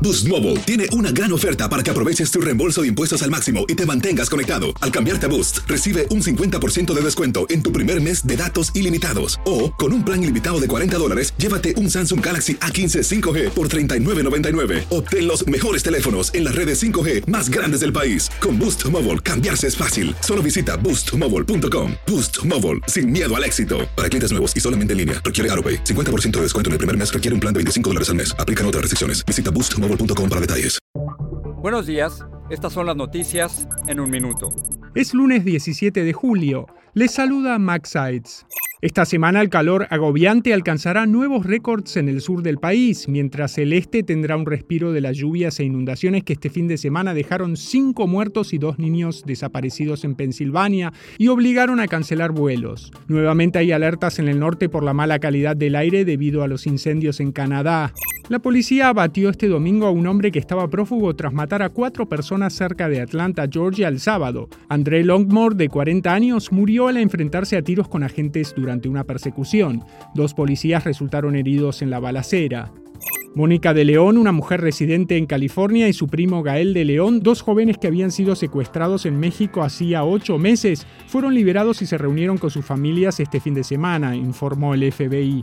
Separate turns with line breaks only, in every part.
Boost Mobile tiene una gran oferta para que aproveches tu reembolso de impuestos al máximo y te mantengas conectado. Al cambiarte a Boost, recibe un 50% de descuento en tu primer mes de datos ilimitados. O, con un plan ilimitado de $40, llévate un Samsung Galaxy A15 5G por $39.99. Obtén los mejores teléfonos en las redes 5G más grandes del país. Con Boost Mobile, cambiarse es fácil. Solo visita boostmobile.com. Boost Mobile, sin miedo al éxito. Para clientes nuevos y solamente en línea, requiere AroPay. 50% de descuento en el primer mes requiere un plan de $25 al mes. Aplican otras restricciones. Visita boostmobile.com para detalles.
Buenos días, estas son las noticias en un minuto.
Es lunes 17 de julio. Les saluda Max Sides. Esta semana el calor agobiante alcanzará nuevos récords en el sur del país, mientras el este tendrá un respiro de las lluvias e inundaciones que este fin de semana dejaron 5 muertos y 2 niños desaparecidos en Pensilvania y obligaron a cancelar vuelos. Nuevamente hay alertas en el norte por la mala calidad del aire debido a los incendios en Canadá. La policía abatió este domingo a un hombre que estaba prófugo tras matar a 4 personas cerca de Atlanta, Georgia, el sábado. André Longmore, de 40 años, murió al enfrentarse a tiros con agentes durante una persecución. 2 policías resultaron heridos en la balacera. Mónica de León, una mujer residente en California, y su primo Gael de León, 2 jóvenes que habían sido secuestrados en México hacía 8 meses, fueron liberados y se reunieron con sus familias este fin de semana, informó el FBI.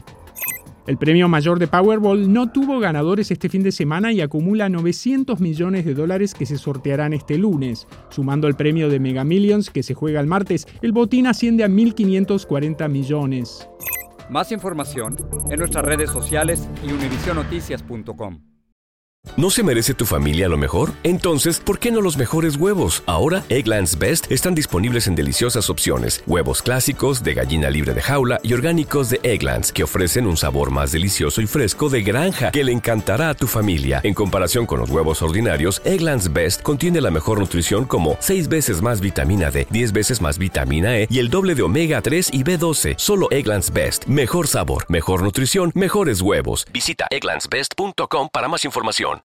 El premio mayor de Powerball no tuvo ganadores este fin de semana y acumula $900 millones que se sortearán este lunes. Sumando el premio de Mega Millions, que se juega el martes, el botín asciende a 1.540 millones.
Más información en nuestras redes sociales y univisionoticias.com.
¿No se merece tu familia lo mejor? Entonces, ¿por qué no los mejores huevos? Ahora, Eggland's Best están disponibles en deliciosas opciones. Huevos clásicos, de gallina libre de jaula y orgánicos de Eggland's, que ofrecen un sabor más delicioso y fresco de granja que le encantará a tu familia. En comparación con los huevos ordinarios, Eggland's Best contiene la mejor nutrición como 6 veces más vitamina D, 10 veces más vitamina E y el doble de omega 3 y B12. Solo Eggland's Best. Mejor sabor, mejor nutrición, mejores huevos. Visita egglandsbest.com para más información.